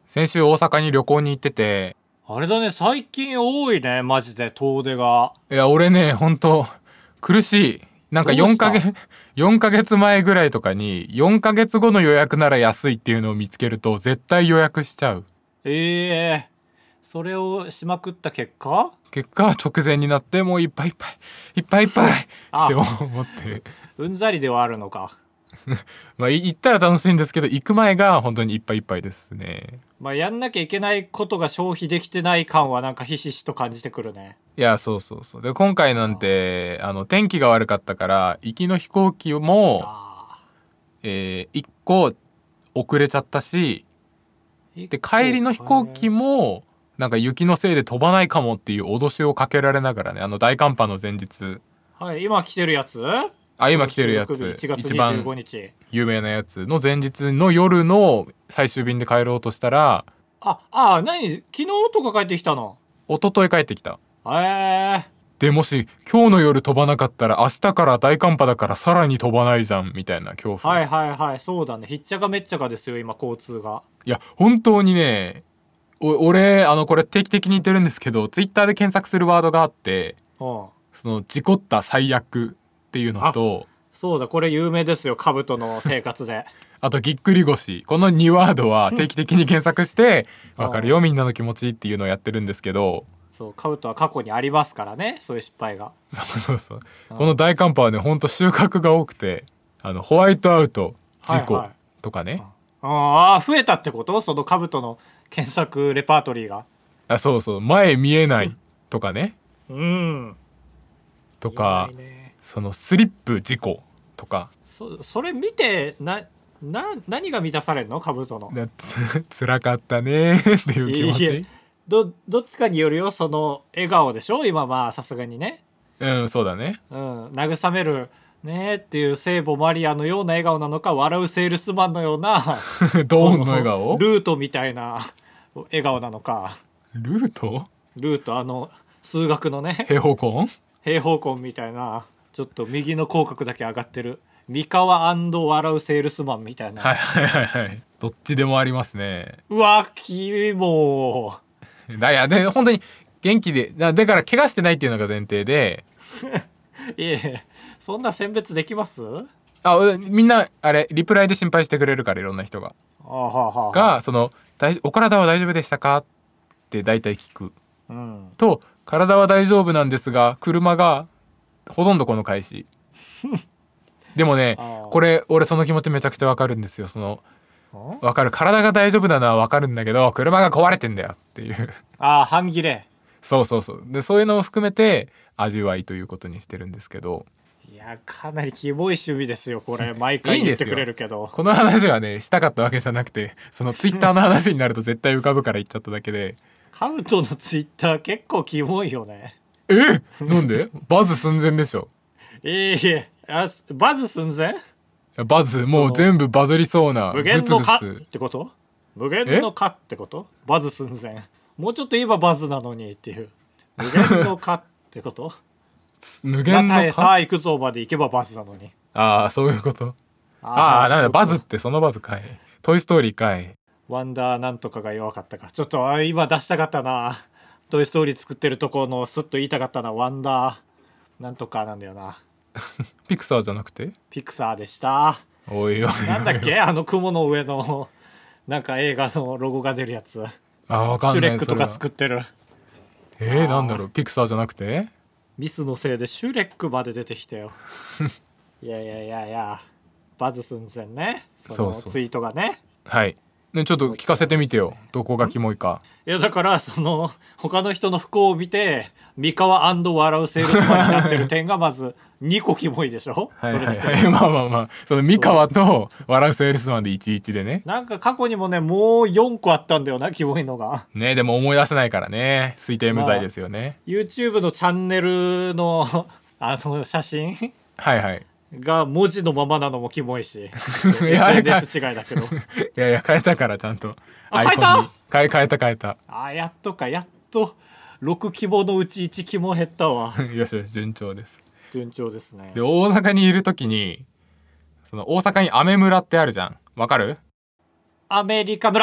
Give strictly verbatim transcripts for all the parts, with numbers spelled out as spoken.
先週大阪に旅行に行ってて、 あれだね、最近多いね、マジで遠出が。 いや俺ねほんと苦しい。なんか4 どうしたヶ月よんかげつまえぐらいとかによんかげつごの予約なら安いっていうのを見つけると絶対予約しちゃう。 ええそれをしまくった結果。 結果直前になってもういっぱいいっぱいいっぱいいっぱいって思ってうんざりではあるのか。 まあい行ったら楽しいんですけど、行く前が本当にいっぱいいっぱいですね。 まあやんなきゃいけないことが消費できてない感はなんかひしひしと感じてくるね。 いやそうそうそう。で今回なんてあの天気が悪かったから行きの飛行機も、 あえー、いっこ遅れちゃったし、 ーで帰りの飛行機もなんか雪のせいで飛ばないかもっていう脅しをかけられながらね、あの大寒波の前日、 はい、今来てるやつ。 あ今来てるやついちがつ一にじゅうご番にち。 有名なやつの前日の夜の最終便で帰ろうとしたら、 あ、あ、何昨日とか帰ってきたの。 一昨日帰ってきた。 ええでもし今日の夜飛ばなかったら明日から大寒波だからさらに飛ばないじゃんみたいな恐怖。 はいはいはい、そうだね。ひっちゃかめっちゃかですよ、今、交通が。 いや本当にね、お俺あのこれ定期的に言ってるんですけど、ツイッターで検索するワードがあって、 うん。 その事故った最悪っていうのと、 そうだ、これ有名ですよ、兜の生活で。 あとぎっくり腰、このにワードは定期的に検索してうんわかるよみんなの気持ちっていうのをやってるんですけど、 そう、兜は過去にありますからね、そういう失敗が。 そうそうそう、 うんこの大寒波はねほんと収穫が多くて、あのホワイトアウト事故はいはいとかね、 ああ、増えたってこと？その兜の検索レパートリーが。 あそうそう前見えないとかね、 うん。 とかいないね。 そのスリップ事故とか、 そ、それ見て、な、な、何が満たされるの兜の。 なつ辛かったねっていう気持いいえち。 ど、どっちかによるよ、その笑顔でしょ今、まあ、さすがにね。 うんそうだねうん。慰める、ねーっていう聖母マリアのような笑顔なのか、笑うセールスマンのような、 ドーンの笑顔、 ルートみたいな笑顔なのか。 ルートルート、あの、数学のね、 平方根平方根みたいな、ちょっと右の口角だけ上がってる三河笑うセールスマンみたいな。 はいはいはいはい、どっちでもありますね。 うわキモだいやで本当に元気で、だだから怪我してないっていうのが前提で、 いえ、そんな選別できます？ あみんなあれリプライで心配してくれるから、いろんな人があはあはあ、 がその大お体は大丈夫でしたかって大体聞くうん、 と、体は大丈夫なんですが車がほとんどこの返しでもね、 あこれ俺その気持ちめちゃくちゃわかるんですよ。そのんわかる、体が大丈夫なのはわかるんだけど車が壊れてんだよっていうあ、半切れ。 そうそうそう、でそういうのを含めて味わいということにしてるんですけど、 いや、かなりキモい趣味ですよ、これ。毎回言ってくれるけど。 この話はねしたかったわけじゃなくて、そのツイッターの話になると絶対浮かぶから言っちゃっただけで。 カブトのツイッター結構キモいよね。 えなんでバズ寸前でしょ。 ええあ、バズ寸前？ バズもう全部バズりそうな無グツグ限のかっツ。 てこと？無限のかってことバズ寸前。もうちょっと言えばバズなのにっていう。無限のかってこと無限中へさのか、 あ行くぞまで行けばバズなのに。 ああそういうこと。ああなんだそっかバズってそのバズかい、トイストーリーかい。 ワンダーなんとかが弱かったか。ちょっとあ今出したかったな。トイストーリー作ってるとこのスッと言いたかったな。ワンダーなんとかなんだよな。 ピクサーじゃなくて、 ピクサーでした。 おいおいおい、 なんだっけあの雲の上のなんか映画のロゴが出るやつ。 あわかんない。 シュレックとかそれは作ってる。 えー、なんだろう、ピクサーじゃなくて、 ミスのせいでシュレックまで出てきたよ。いやいやいやいや、バズ寸前ね。そそうそうそうのツイートがね。 はいね、ちょっと聞かせてみてよ、どこがキモいか。 いやだからその他の人の不幸を見て三河笑うセールスマンになってる点がまずにこキモいでしょ。 はいはいそれだけはいまあまあまあ、その三河と笑うセールスマンでいちいちでね。 なんか過去にもねもうよんこあったんだよな、キモいのが。 ねでも思い出せないからね、推定無罪ですよね。 YouTube のチャンネルのあの写真はいはい。 が文字のままなのもキモいしいやあれかエスエヌエス 違いだけど。 いやいや変えたからちゃんとあアイコンに変えた変え変えた変えたあやっとか、やっとろくキモのうちいちキモ減ったわ。 よしよし順調です。 順調ですね。 で大阪にいる時に、その大阪にアメ村ってあるじゃん、わかる？ アメリカ村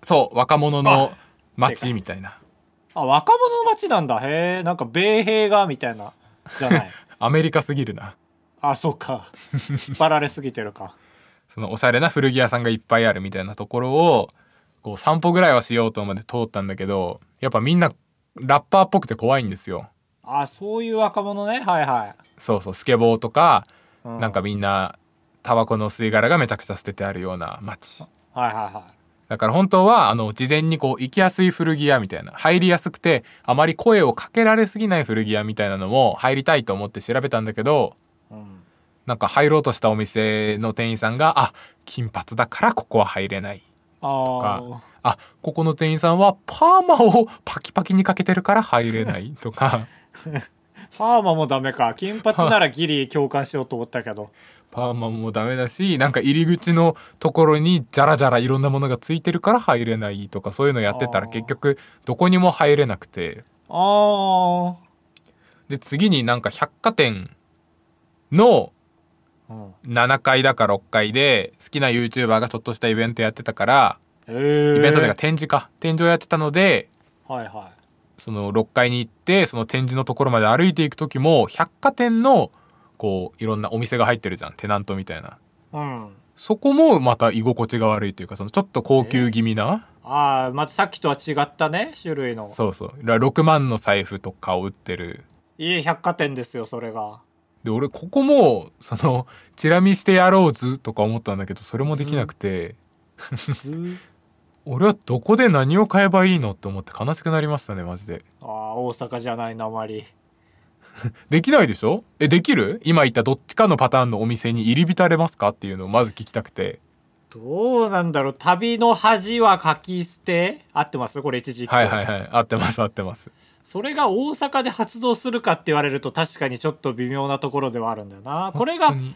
そう若者の街みたいな。 あ、若者の街なんだ。へえ、なんか米兵がみたいなじゃないアメリカすぎるな。 あ、そうか引っ張られすぎてるか。 そのおしゃれな古着屋さんがいっぱいあるみたいなところをこう散歩ぐらいはしようと思って通ったんだけど、やっぱみんなラッパーっぽくて怖いんですよ。 あ、そういう若者ね。はいはい。 そうそう、スケボーとか、 うん、 なんかみんなタバコの吸い殻がめちゃくちゃ捨ててあるような街はいはいはい。 だから、本当はあの事前にこう行きやすい古着屋みたいな、入りやすくてあまり声をかけられすぎない古着屋みたいなのも入りたいと思って調べたんだけど、 うん、 なんか入ろうとしたお店の店員さんが、あ、金髪だからここは入れないとか、 ああ、ここの店員さんはパーマをパキパキにかけてるから入れないとかパーマもダメか。金髪ならギリ共感しようと思ったけどパーマもダメだし、なんか入り口のところにジャラジャラいろんなものがついてるから入れないとか、そういうのやってたら結局どこにも入れなくて、 あで次になんか百貨店のななかいだかろっかいで好きな YouTuber がちょっとしたイベントやってたから、 イベイベントというか展示か展示をやってたので、 はいはい。 そのろっかいに行ってその展示のところまで歩いていく時も百貨店のこういろんなお店が入ってるじゃん、テナントみたいな。 うん。 そこもまた居心地が悪いというか、そのちょっと高級気味な、 ああ、またさっきとは違ったね、種類の。 そうそう、ろくまんの財布とかを売ってる。 いい百貨店ですよ、それが。 で俺ここもそのチラ見してやろうずとか思ったんだけど、それもできなくてず俺はどこで何を買えばいいのって思って悲しくなりましたね、マジで。 ああ、大阪じゃないな、あまり。 できないでしょ。え、できる？今言ったどっちかのパターンのお店に入り浸れますかっていうのをまず聞きたくて。 どうなんだろう。旅の恥は書き捨て合ってます？これ一時期。 はいはいはい、合ってます合ってます。 それが大阪で発動するかって言われると確かにちょっと微妙なところではあるんだよな。これが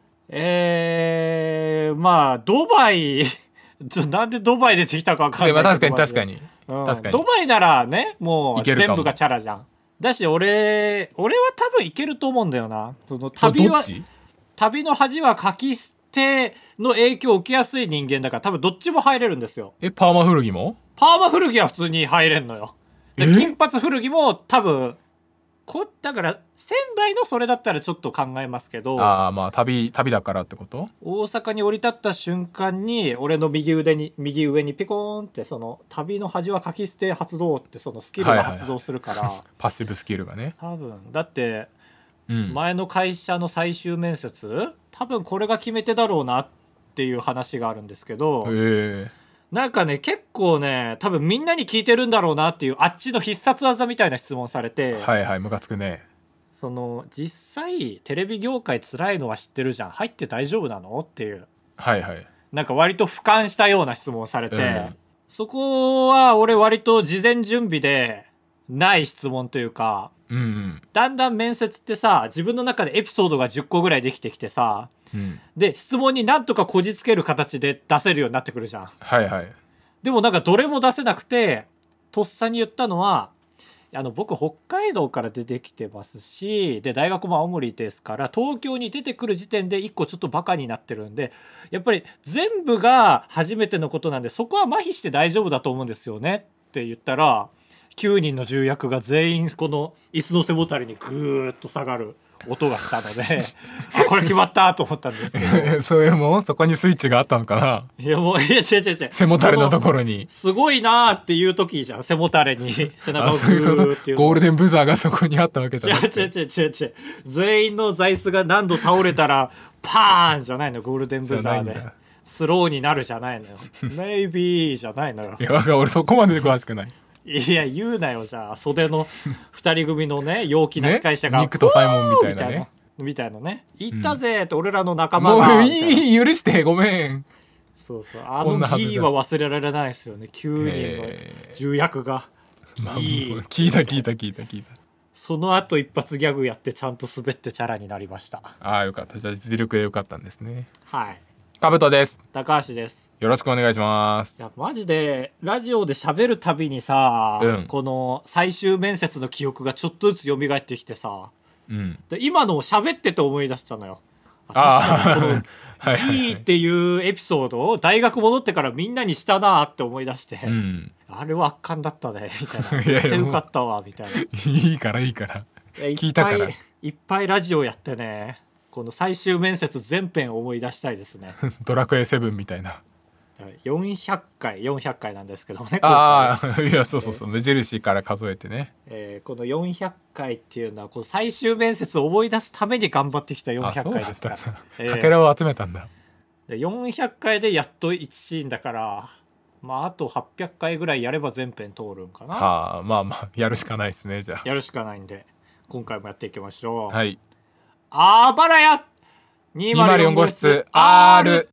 えー、まあドバイちょなんでドバイ出てきたか分かんないけど、 確かに確かに、 うん、 確かにドバイならねもういけるかも全部がチャラじゃん。だし俺俺は多分いけると思うんだよな。その旅は旅の恥は書き捨ての影響を受けやすい人間だから多分どっちも入れるんですよ。 え、パーマ古着も？ パーマ古着は普通に入れんのよ。で金髪古着も多分こだから仙台のそれだったらちょっと考えますけど、 ああ、まあ旅旅だからってこと？ 大阪に降り立った瞬間に俺の右腕に右上にピコーンってその旅の恥は書き捨て発動ってそのスキルが発動するから、はいはいはい、 パッシブスキルがね。 多分だってうん前の会社の最終面接多分これが決め手だろうなっていう話があるんですけど、 へえ、 なんかね結構ね多分みんなに聞いてるんだろうなっていうあっちの必殺技みたいな質問されて、 はいはい、ムカつくね。 その実際テレビ業界辛いのは知ってるじゃん、入って大丈夫なのっていう、 はいはい、 なんか割と俯瞰したような質問をされて、うん、そこは俺割と事前準備でない質問というか、 うんうん、 だんだん面接ってさ自分の中でエピソードがじゅっこぐらいできてきてさ、うん、で質問になんとかこじつける形で出せるようになってくるじゃん。 はいはい。 でもなんかどれも出せなくてとっさに言ったのは、あの僕北海道から出てきてますし、で大学も青森ですから東京に出てくる時点で一個ちょっとバカになってるんで、やっぱり全部が初めてのことなんでそこは麻痺して大丈夫だと思うんですよねって言ったら、きゅうにんの重役が全員この椅子の背もたれにグーッと下がる音がしたのであこれ決まったと思ったんですけどそれもそこにスイッチがあったのかな。 いやもういや違う違う違う、 背もたれのところにすごいなーっていう時じゃん、背もたれに背中をグーっていうゴールデンブザーがそこにあったわけだ。 違う違う違う違う違う、全員の座椅子が何度倒れたらパーンじゃないの、ゴールデンブザーでスローになるじゃないのよメイビーじゃないのよ。 いや俺そこまで詳しくない。 いや言うなよ、じゃあ袖の二人組のね陽気な司会者が、 ね、ニックとサイモンみたいなねみたいなね、行ったぜって俺らの仲間が、 もういい許してごめん。 そうそう、あのギーは忘れられないですよね、きゅうにんの重役が、 まあ、聞いた聞いた聞いた聞いた。 その後一発ギャグやってちゃんと滑ってチャラになりました。 ああよかった、じゃあ実力でよかったんですね。 はい、 かぶとです。 高橋です。 よろしくお願いします。 いやマジでラジオで喋るたびにさ、うん、この最終面接の記憶がちょっとずつ蘇ってきてさ、うん、で今のを喋ってて思い出したのよ。 ああはいはいはい G っていうエピソードを大学戻ってからみんなにしたなって思い出して、 うん、 あれは圧巻だったねみたいな、 いやいや絶対よかったわみたいな。 いいからいいから聞いたからいっぱいラジオやってね、この最終面接全編思い出したいですね。 ドラクエセブンみたいな。 よんひゃっかいよんひゃっかいなんですけどね。 ああいやそうそうそう、無印から数えてね、 えー、このよんひゃっかいっていうのはこの最終面接を思い出すために頑張ってきたよんひゃっかいですから。 かけらを集めたんだ。 でよんひゃっかいでやっといちシーンだから、まああとはっぴゃっかいぐらいやれば全編通るんかな。 はあ、まあまあやるしかないですね。じゃあやるしかないんで今回もやっていきましょう。 はい。 あばらやにまるよん号室 R。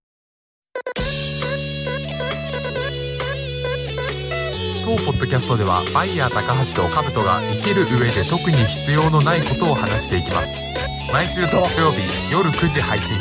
当ポッドキャストではバイヤー高橋とカブトが生きる上で特に必要のないことを話していきます。毎週土曜日夜くじ配信。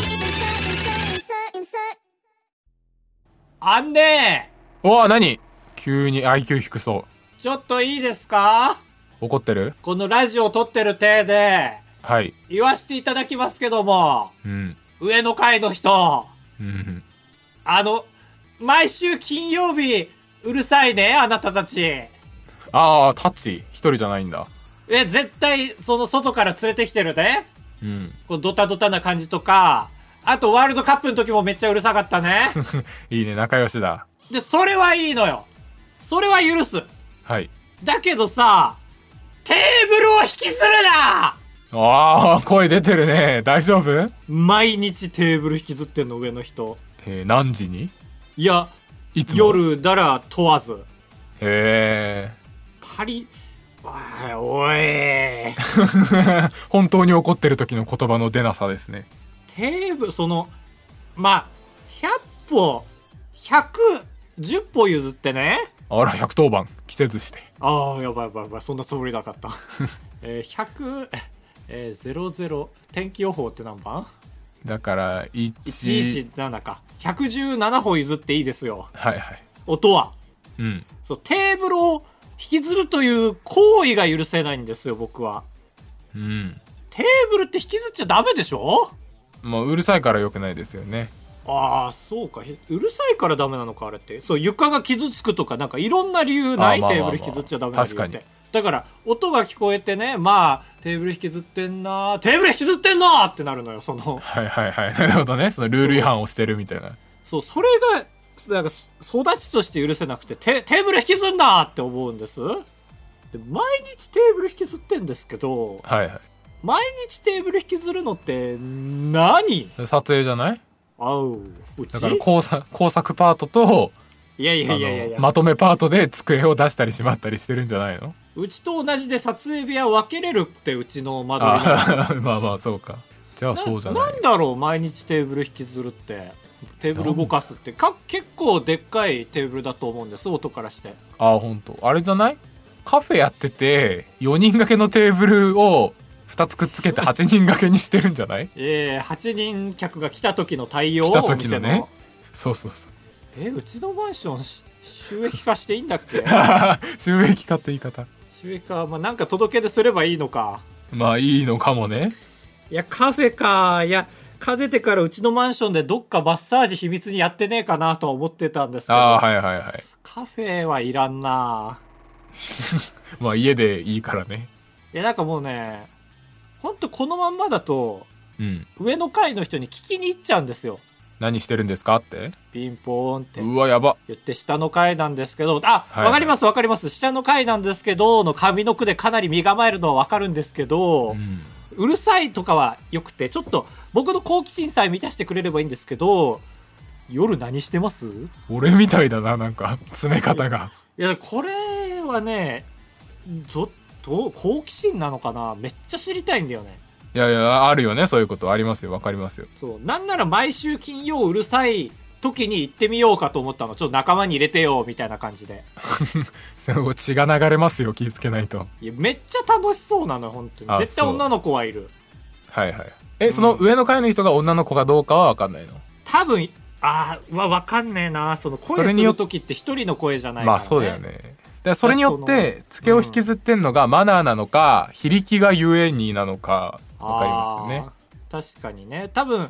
あんねおわ、何急に アイキュー 低そー、ちょっといいですか。 う。怒ってる？ このラジオを撮ってる体ではい。 言わせていただきますけども、 うん。 上の階の人、 うん。 あの毎週金曜日うるさいねあなたたち。 ああ、タッチ一人じゃないんだ。 え、絶対その外から連れてきてるね。 うん。 このドタドタな感じとか、あとワールドカップの時もめっちゃうるさかったね。 いいね、仲良しだ。 でそれはいいのよ、それは許す。 はい。 だけどさ、テーブルを引きずるな。 ああ、声出てるね。大丈夫？ 毎日テーブル引きずってんの上の人。 えー、何時に？ いや、 いつも夜だら問わず。 へえ。 パリ、おい本当に怒ってる時の言葉の出なさですね。 テーブル、そのまあひゃっぽひゃくじゅっぽ譲ってね。 あら、ひゃくとおばん着せずして。 ああ、やばいやばいやばい、そんなつもりなかった。えー、ひゃく、えー、ゼロゼロ天気予報って何番だからいちいちいちななか、ひゃくじゅうななほ譲っていいですよ。 はいはい。 音は、 うん。 そうテーブルを引きずるという行為が許せないんですよ僕は。 うん。 テーブルって引きずっちゃダメでしょ。 もううるさいから良くないですよね。 ああ、そうか、うるさいからダメなのかあれって。そう、床が傷つくとかなんかいろんな理由ない。 まあまあまあまあテーブル引きずっちゃダメな理由って。 確かに。 だから音が聞こえてね、まあテーブル引きずってんな、テーブル引きずってんなってなるのよ。そのはいはいはい、なるほどね。そのルール違反をしてるみたいな。 そう、それがなんか育ちとして許せなくて、テテーブル引きずんなって思うんです。で毎日テーブル引きずってんですけど、 はいはい。 毎日テーブル引きずるのって何？ 撮影じゃない？ あう、うちだから工作、工作パートと、 いやいやいやいやいや、 まとめパートで机を出したりしまったりしてるんじゃないの？ うちと同じで撮影部屋分けれるって、うちの間取りなまあまあそうか。じゃあそうじゃない。 な、なんだろう毎日テーブル引きずるって、テーブル動かすってか結構でっかいテーブルだと思うんです、音からして。 ああ、本当。あれじゃない？カフェやっててよにん掛けのテーブルをふたつくっつけてはちにん掛けにしてるんじゃない？ ええー、はちにん客が来た時の対応を、 来た時のね。そうそうそう。 えー、うちのマンション収益化していいんだっけ？ 収益化って言い方。 収益化、まあ、なんか届け出すればいいのか。 まあいいのかもね。 いやカフェか、いやか出てからうちのマンションでどっかマッサージ秘密にやってねえかなとは思ってたんですけど、 ああはいはいはい。 カフェはいらんな。 まあ家でいいからね。 いやなんかもうね、ほんとこのまんまだと、 うん、 上の階の人に聞きに行っちゃうんですよ。 何してるんですかってピンポーンってうわやば言って、下の階なんですけど、あ、 はいはい、 わかりますわかります、下の階なんですけどの上の句でかなり身構えるのはわかるんですけど、うん、うるさいとかはよくて、ちょっと僕の好奇心さえ満たしてくれればいいんですけど、夜何してます？ 俺みたいだな、なんか詰め方が。 いやこれはね、ちょっと好奇心なのかな、めっちゃ知りたいんだよね。 いやいやあるよね、そういうことありますよ、わかりますよ。 そうなんなら毎週金曜うるさい時に行ってみようかと思ったの。ちょっと仲間に入れてよみたいな感じで。 そう血が流れますよ、気ぃつけないと。 いやめっちゃ楽しそうなの本当に。絶対女の子はいる。 はいはい。え、うん、その上の階の人が女の子かどうかは分かんないの？ 多分あーわ分かんねえな。その声する時って一人の声じゃないからね。 まあそうだよね。でそれによって机を引きずってんのがマナーなのか、非力がゆえになのか分かりますよね。 確かにね。多分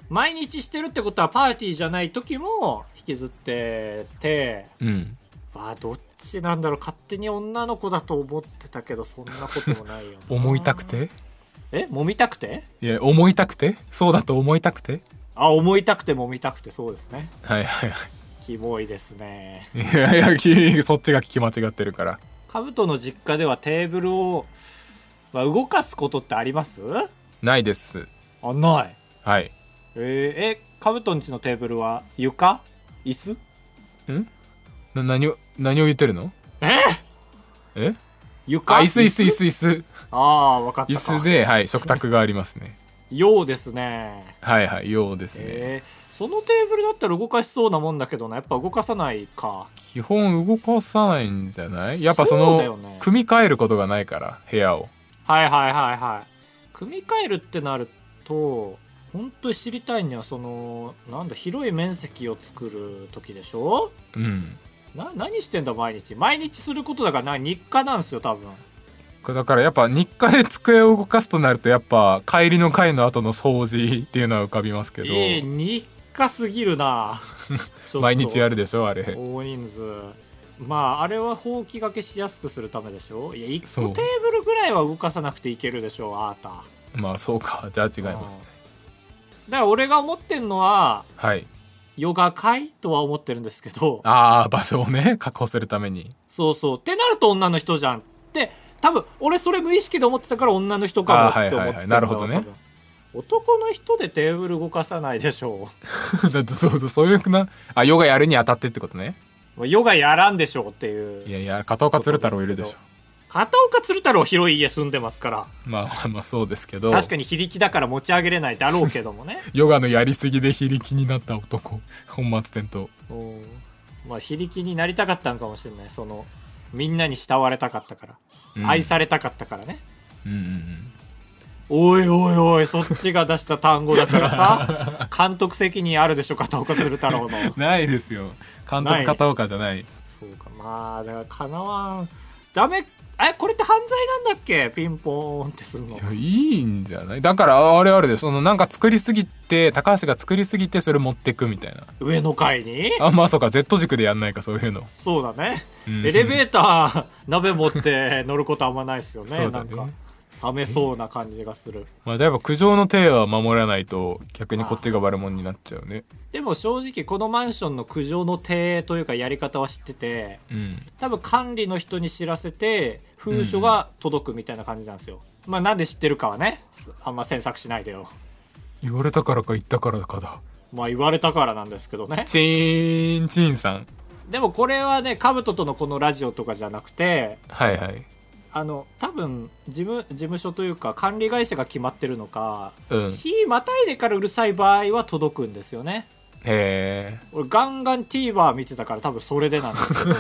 毎日してるってことはパーティーじゃない時も引きずってて、 うんあどっちなんだろう、勝手に女の子だと思ってたけどそんなこともないよな思いたくてえ揉みたくていや思いたくてそうだと思いたくてあ思いたくて揉みたくてそうですね。 はいはいはキモいですね。 いいやいやきそっちが聞き間違ってるから。 カブトの実家ではテーブルを、まあ、動かすことってあります？ ないです。 あない。 はい。 えー、えカブトんちのテーブルは床椅子んな何を何を言ってるの？ ええ床あ椅子椅子椅子椅子ああ分かったか。 椅子で、はい、食卓がありますね。 ようですね。 はいはいようですね、 えー、そのテーブルだったら動かしそうなもんだけどな、やっぱ動かさないか。 基本動かさないんじゃない？やっぱそのそうだよね、 組み替えることがないから部屋を。 はいはいはいはい。組み替えるってなると本当に知りたいにはそのなんだ広い面積を作る時でしょ。 うんな何してんだ毎日毎日することだからな、日課なんですよ多分。 だからやっぱ日課で机を動かすとなるとやっぱ帰りの会の後の掃除っていうのは浮かびますけど、 えー、日課すぎるな毎日やるでしょあれ。 大人数。まああれはほうきがけしやすくするためでしょ。いやいっこテそうーブルぐらいは動かさなくていけるでしょあーた。 まあそうか、じゃあ違いますね。 だから俺が思ってんのははいヨガ会とは思ってるんですけど、 ああ場所をね確保するために。 そうそうってなると女の人じゃんって多分俺それ無意識で思ってたから女の人かもって思ってあーはいはいはいなるほどね。 男の人でテーブル動かさないでしょだってそうそうそういうなあヨガやるにあたってってことね。 ヨガやらんでしょうっていう。 いやいや片岡鶴太郎いるでしょ。 片岡鶴太郎広い家住んでますから、 まあまあまあそうですけど、 確かに非力だから持ち上げれないだろうけどもねヨガのやりすぎで非力になった男本末転倒。 おまあ非力になりたかったのかもしれない。そのみんなに慕われたかったから、うん、愛されたかったからね。 うんうんうんおいおいおいそっちが出した単語だからさ監督責任あるでしょ片岡鶴太郎の。 ないですよ監督片岡じゃない。 そうかまあだからかなわんダメ。えこれって犯罪なんだっけピンポーンってすんの。 いやいいんじゃない。だからあれあれでそのなんか作りすぎて高橋が作りすぎてそれ持ってくみたいな。 上の階にあまあそうか Z 軸でやんないかそういうの。 そうだね、 うん、 エレベーター鍋持って乗ることあんまないですよね。 そうだねなんか冷めそうな感じがする。 まあやっぱ苦情の体は守らないと逆にこっちが悪者になっちゃうね。 でも正直このマンションの苦情の手というかやり方は知ってて、 うん、 多分管理の人に知らせて封書が届くみたいな感じなんですよ、うん、まあなんで知ってるかはねあんま詮索しないでよ。 言われたからか言ったからかだ。 まあ言われたからなんですけどね。 チーンチーンさん。 でもこれはねカブトとのこのラジオとかじゃなくて、 はいはいあの多分事務事務所というか管理会社が決まってるのか、 うん、 日またいでからうるさい場合は届くんですよね。 へえ。 俺ガンガン TVer 見てたから多分それでなんですけど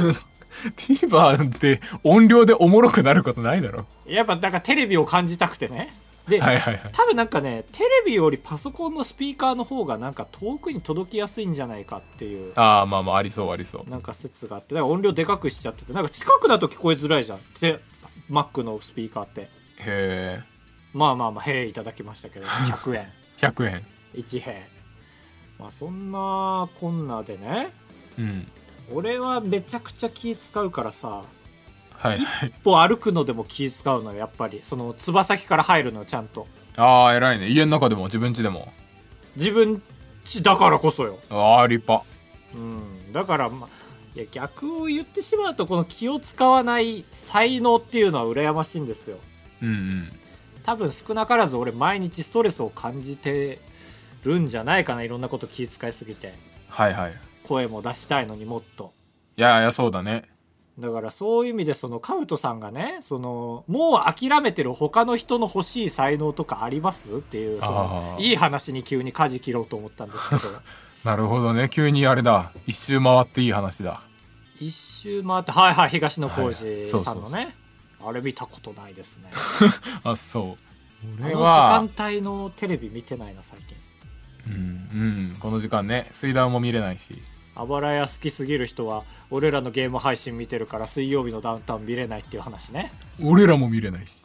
TVer って音量でおもろくなることないだろ。 やっぱだからテレビを感じたくてね。で、 はいはいはい、 多分なんかねテレビよりパソコンのスピーカーの方がなんか遠くに届きやすいんじゃないかっていう。 ああまあまあありそうありそうなんか説があって、だから音量でかくしちゃっててなんか近くだと聞こえづらいじゃんって Mac のスピーカーって。へえ。 まあまあまあへえいただきましたけどひゃくえんひゃくえんいちへい。まあそんなこんなでね、 うん、 俺はめちゃくちゃ気使うからさ、 はいはい、 一歩歩くのでも気使うのよやっぱり。そのつば先から入るのよちゃんと。 ああ偉いね。家の中でも自分家でも。 自分家だからこそよ。 ああ立派。 うんだからまあいや逆を言ってしまうとこの気を使わない才能っていうのは羨ましいんですよ。 うんうん多分少なからず俺毎日ストレスを感じてるんじゃないかな。いろんなこと気遣いすぎて。 はいはい。 声も出したいのにもっと。 いやいやそうだね。 だからそういう意味でそのカウトさんがねそのもう諦めてる他の人の欲しい才能とかありますっていうそのいい話に急に舵切ろうと思ったんですけどなるほどね。急にあれだ一周回っていい話だ。 一周回ってはいはい東野幸治さんのねあれ見たことないですねあそう俺ははあの時間帯のテレビ見てないな最近。 うんうんこの時間ね水ダウも見れないし。 あばらや好きすぎる人は俺らのゲーム配信見てるから水曜日のダウンタウン見れないっていう話ね。 俺らも見れないし。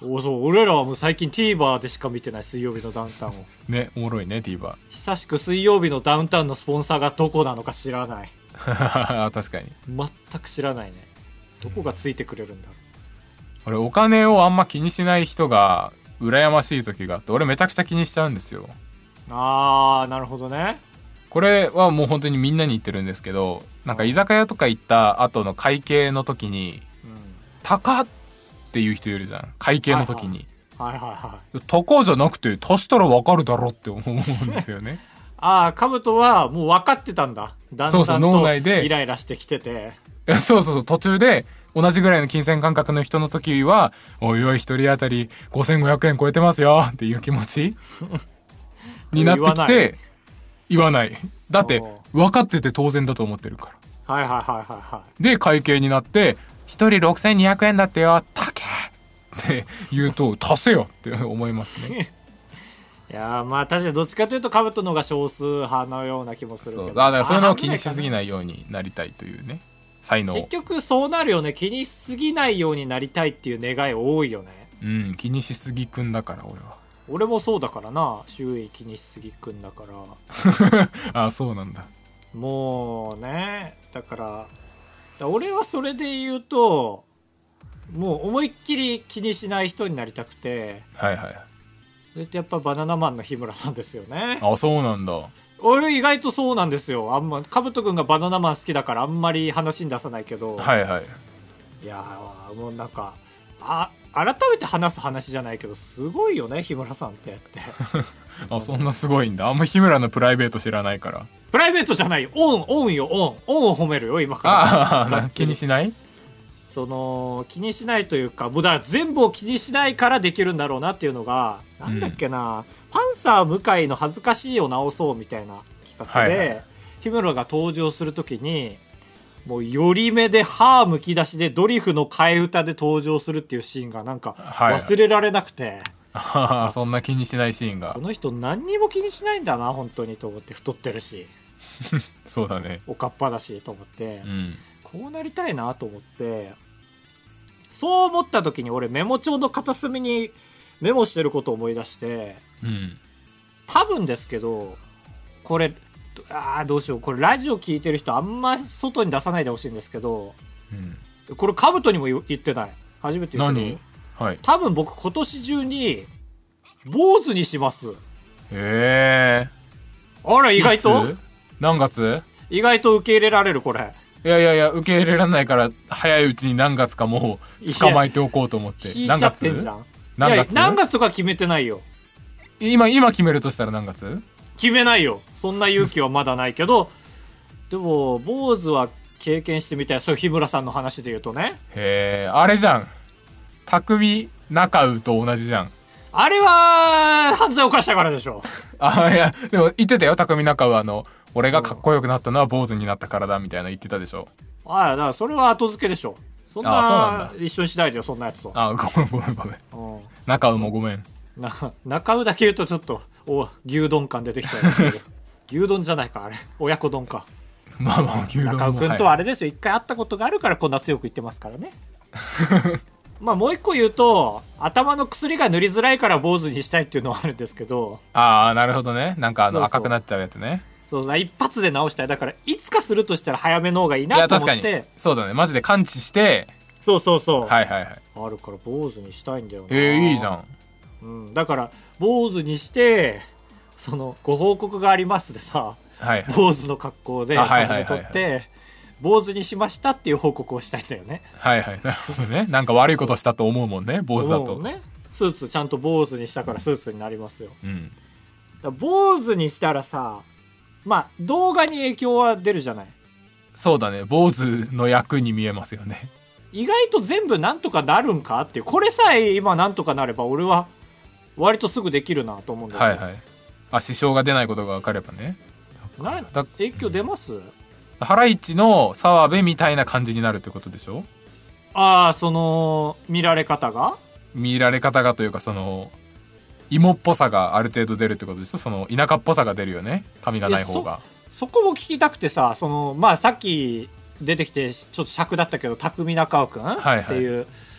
おそう俺らはもう最近 TVer でしか見てない水曜日のダウンタウンをね、おもろいね TVer。 久しく水曜日のダウンタウンのスポンサーがどこなのか知らない。 確かに全く知らないね。どこがついてくれるんだろう。 俺お金をあんま気にしない人が羨ましい時があって、俺めちゃくちゃ気にしちゃうんですよ。 あーなるほどね。 これはもう本当にみんなに言ってるんですけど、なんか居酒屋とか行った後の会計の時に、うん、高っていう人いるじゃん、会計の時に。 はいはい、はいはいはい高じゃなくて足したら分かるだろって思うんですよね。 ああカブトはもう分かってたんだ。だんだんと脳内でイライラしてきてて、 そうそうそう、途中で同じぐらいの金銭感覚の人の時はおいおい一人当たりごせんごひゃくえん超えてますよっていう気持ちになってきて言わない。だって分かってて当然だと思ってるから。 はいはいはいはいはいで会計になって一人ろくせんにひゃくえんだってよ高えって言うと足せよって思いますね。 いやまあ確かにどっちかというとカブトの方が少数派のような気もするけど、 そうだからそういうのを気にしすぎないようになりたいというね才能。 結局そうなるよね。気にしすぎないようになりたいっていう願い多いよね。 うん気にしすぎくんだから俺は。 俺もそうだからな。周囲気にしすぎくんだからあそうなんだ。 もうねだからだから俺はそれで言うともう思いっきり気にしない人になりたくて、 はいはい。 それってやっぱバナナマンの日村さんですよね。 あそうなんだ。 俺意外とそうなんですよ。あんまカブト君がバナナマン好きだからあんまり話に出さないけど、 はいはい。 いやーもうなんかあ改めて話す話じゃないけどすごいよね日村さんってってあそんなすごいんだ。あんま日村のプライベート知らないから。 プライベートじゃないよ。オンオンよオンオンを褒めるよ今から。 ああ気にしない。 その気にしないというかもうだから全部を気にしないからできるんだろうなっていうのが、うん、なんだっけなパンサー向井の恥ずかしいを直そうみたいな企画で、はいはい、日村が登場するときにもう寄り目で歯むき出しでドリフの替え歌で登場するっていうシーンがなんか忘れられなくて、 はいはい、そんな気にしないシーンが。 この人何にも気にしないんだな本当にと思って。太ってるしそうだねおかっぱだしと思って、 うん、 こうなりたいなと思って。そう思った時に俺メモ帳の片隅にメモしてることを思い出して、 うん、 多分ですけどこれあーどうしようこれラジオ聞いてる人あんま外に出さないでほしいんですけど、うん、これカブトにも言ってない初めて言ってる。 何、はい、 多分僕今年中に坊主にします。 へえ。 あら意外と何月意外と受け入れられるこれ。 いやいやいや受け入れられないから早いうちに何月かもう捕まえておこうと思って。 何月何月何月とか決めてないよ。 今今決めるとしたら何月決めないよ。そんな勇気はまだないけどでも坊主は経験してみたい。そういう日村さんの話で言うとね。 へえあれじゃん匠中尾と同じじゃん。 あれは犯罪を犯したからでしょ。 あいやでも言ってたよ匠中尾あの俺がかっこよくなったのは坊主になったからだみたいな言ってたでしょ。 ああだからそれは後付けでしょ。そんな一緒にしないでよそんなやつと。 あごめんごめんごめん、うん、中尾もごめんな中尾だけ言うとちょっとお牛丼感出てきたんですけど牛丼じゃないかあれ親子丼か。 まあまあ牛丼も中尾くんとはあれですよ、はい、一回会ったことがあるからこんな強く言ってますからねまあもう一個言うと頭の薬が塗りづらいから坊主にしたいっていうのはあるんですけど。 ああなるほどね。なんかあの赤くなっちゃうやつね。 そう一発で直したい。だからいつかするとしたら早めの方がいいなと思って。いや確かにそうだねマジで完治して。 そうそうそうはいはいはいあるから坊主にしたいんだよな。 えー、いいじゃん、 うん、だから坊主にしてそのご報告がありますでさ、はいはい、坊主の格好でサムネ撮って坊主にしましたっていう報告をしたいんだよね。 はいはいなるほどね。なんか悪いことしたと思うもんね坊主だとね。スーツちゃんと坊主にしたからスーツになりますよ、 うん、 だ坊主にしたらさまあ動画に影響は出るじゃない。 そうだね坊主の役に見えますよね。 意外と全部なんとかなるんかっていう。これさえ今なんとかなれば俺は割とすぐできるなと思うんですよ。 はいはいあ支障が出ないことが分かればね。 な影響出ます、うん、 ハライチの澤部みたいな感じになるってことでしょ。 ああその見られ方が見られ方がというかその芋っぽさがある程度出るってことでしょ。その田舎っぽさが出るよね髪がない方が。 そ, そこも聞きたくてさそのまあさっき出てきてちょっと尺だったけど匠中尾くんっていう、はいはい、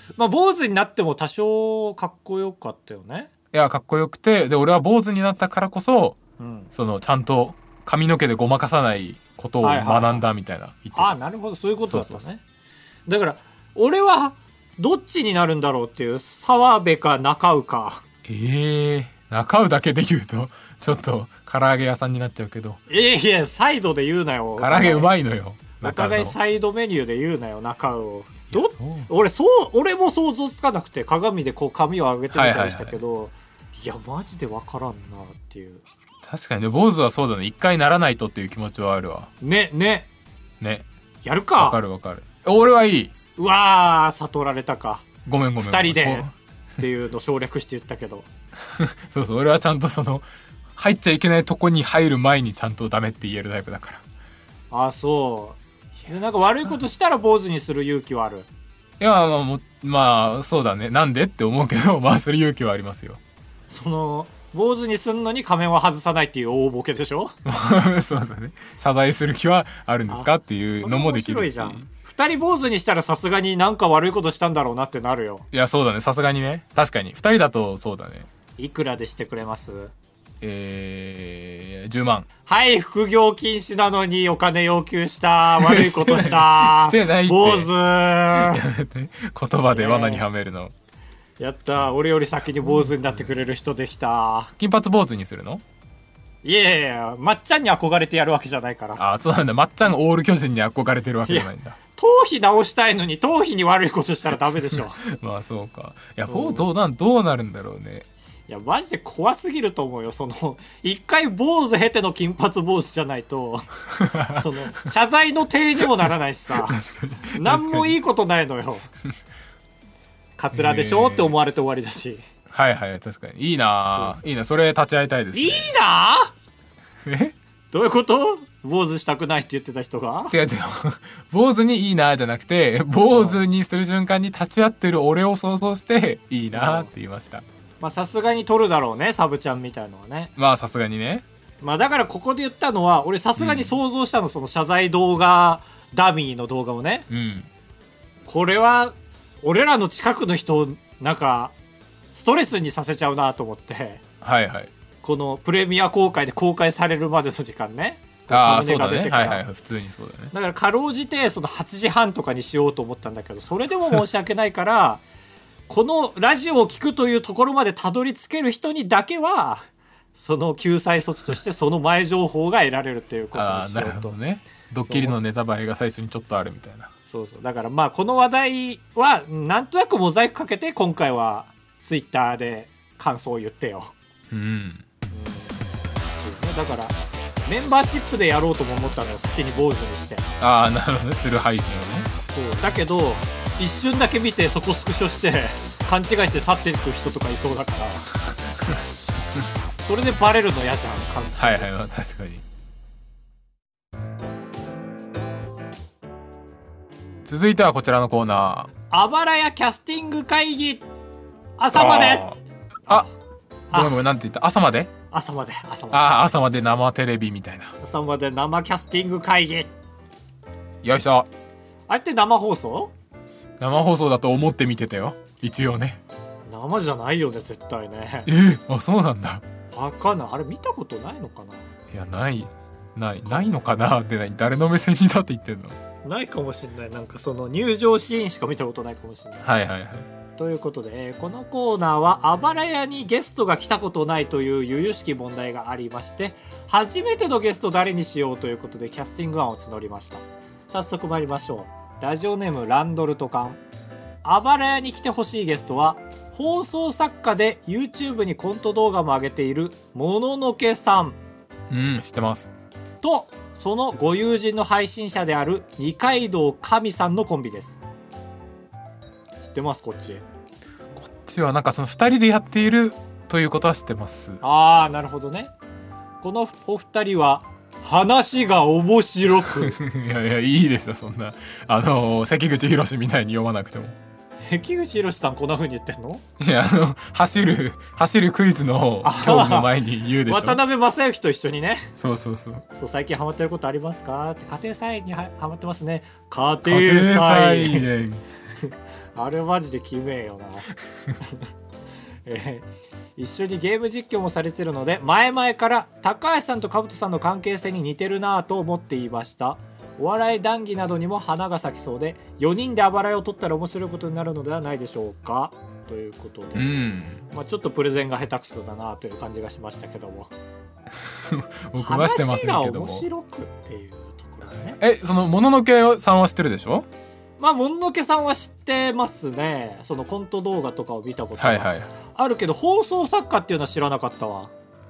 まあ坊主になっても多少かっこよかったよね。 いやかっこよくて、で俺は坊主になったからこそ、うん、そのちゃんと髪の毛でごまかさないことを学んだみたいな、はいはい、 ああなるほど、そういうことだったね。そうそうそう、だから俺はどっちになるんだろうっていう、澤部か中尾か。 ええー、中尾だけで言うとちょっと唐揚げ屋さんになっちゃうけど。 いやいやサイドで言うなよ。 唐揚げうまいのよ。 お互いサイドメニューで言うなよ中尾。ど俺そう俺も想像つかなくて、鏡でこう髪を上げてみたりしたけど、はいはいはい、いやマジで分からんなっていう。 確かにね、坊主はそうだね、一回ならないとっていう気持ちはあるわ。 ねねね、 やるか。 わかるわかる。俺はいい。 うわー悟られたか。 ごめんごめん。 二人でっていうのを省略して言ったけどそうそう、俺はちゃんとその入っちゃいけないとこに入る前にちゃんとダメって言えるタイプだから。 あ、そうで、なんか悪いことしたら坊主にする勇気はある。 いやまあもまあそうだね、なんでって思うけど、まあそれ勇気はありますよ。 その坊主にすんのに仮面は外さないっていう大ボケでしょそうだね、謝罪する気はあるんですかっていうのもできるし。 それ面白いじゃん。二人坊主にしたらさすがになんか悪いことしたんだろうなってなるよ。 いやそうだね、さすがにね、確かに二人だとそうだね。 いくらでしてくれます？ えー、じゅうまん。 はい、副業禁止なのにお金要求した。悪いことした。 してないって。 坊主。 やめて。言葉で罠にはめるの。 やった。俺より先に坊主になってくれる人できた。 金髪坊主にするの？ いやいや、まっちゃんに憧れてやるわけじゃないから。 ああ、そうなんだ。まっちゃんがオール巨人に憧れてるわけじゃないんだ。 頭皮直したいのに頭皮に悪いことしたらダメでしょ。 まあそうか。いや、どう、どうなん、どうなるんだろうね。 いやマジで怖すぎると思うよ。その一回坊主経ての金髪坊主じゃないとその謝罪の体にもならないしさ、何もいいことないのよ。カツラでしょ、えー、って思われて終わりだし。 はいはい、確かにいいな、いいな、それ立ち会いたいですね。 いいなえ、 どういうこと？坊主したくないって言ってた人が？ 違う違う坊主にいいなじゃなくて、坊主にする瞬間に立ち会ってる俺を想像していいなって言いました。 まあさすがに撮るだろうね、サブちゃんみたいのはね。 まあさすがにね。 まあだからここで言ったのは俺さすがに想像したの、うん、その謝罪動画ダミーの動画をね、 うん、 これは俺らの近くの人をなんかストレスにさせちゃうなと思って、 はいはい、 このプレミア公開で公開されるまでの時間ね。 ああそうだね、はいはい、普通にそうだね。 だからかろうじてそのはちじはんとかにしようと思ったんだけど、それでも申し訳ないからこのラジオを聞くというところまでたどり着ける人にだけはその救済措置としてその前情報が得られるっていうことにしようと。あ、なるほどね。ドッキリのネタバレが最初にちょっとあるみたいな。 そうそう、だからまあこの話題はなんとなくモザイクかけて今回はツイッターで感想を言ってよ。 うん、うん、 だからメンバーシップでやろうとも思ったのを好きに坊主にして。 ああなるほどね、する配信をね。 そうだけど一瞬だけ見てそこスクショして勘違いして去っていく人とかいそうだからそれでバレるの嫌じゃん、完全に。 はいはい、まあ確かに。続いてはこちらのコーナー、あばらやキャスティング会議朝まで。 ああごめんごめん、なんて言った？朝まで朝まで朝まであ朝まで生テレビみたいな。 朝まで生キャスティング会議。 よいしょ。 あれって生放送？ 生放送だと思って見てたよ、一応ね。 生じゃないよね絶対ね。 えー、あそうなんだ。 わかんない、あれ見たことないのかな。 いやないないないのかなって何、誰の目線に立って言ってんの？ ないかもしれない。なんかその入場シーンしか見たことないかもしれない。 はいはいはい。 ということで、えー、このコーナーはあばら屋にゲストが来たことないという由々しき問題がありまして、初めてのゲスト誰にしようということでキャスティング案を募りました。早速参りましょう。ラジオネームランドルトカン。あばら屋に来てほしいゲストは放送作家で YouTube にコント動画も上げているもののけさん。 うん、知ってますとそのご友人の配信者である二階堂神さんのコンビです。知ってます？こっちこっちはなんかそのふたりでやっているということは知ってます。 ああなるほどね。このお二人は話が面白くいやいやいいですよ、そんなあの関口宏みたいに読まなくても。 関口宏さんこんな風に言ってんの？ いやあの走る走るクイズの競技の前に言うでしょ。 渡辺正行と一緒にね。 そうそうそう。 そう最近ハマってることありますかって。家庭菜園にはハマってますね。家庭菜園あれマジできめえよな、えー、一緒にゲーム実況もされてるので前々から高橋さんとカブトさんの関係性に似てるなぁと思っていました。お笑い談義などにも花が咲きそうでよにんであばらいを取ったら面白いことになるのではないでしょうか、ということで、 うんまあ、ちょっとプレゼンが下手くそだなという感じがしましたけども僕はしてませんけども話が面白くっていうところでね。 えそのもののけさんは知ってるでしょ。 まあもんのけさんは知ってますね。そのコント動画とかを見たことがあるけど、はいはい、放送作家っていうのは知らなかったわ。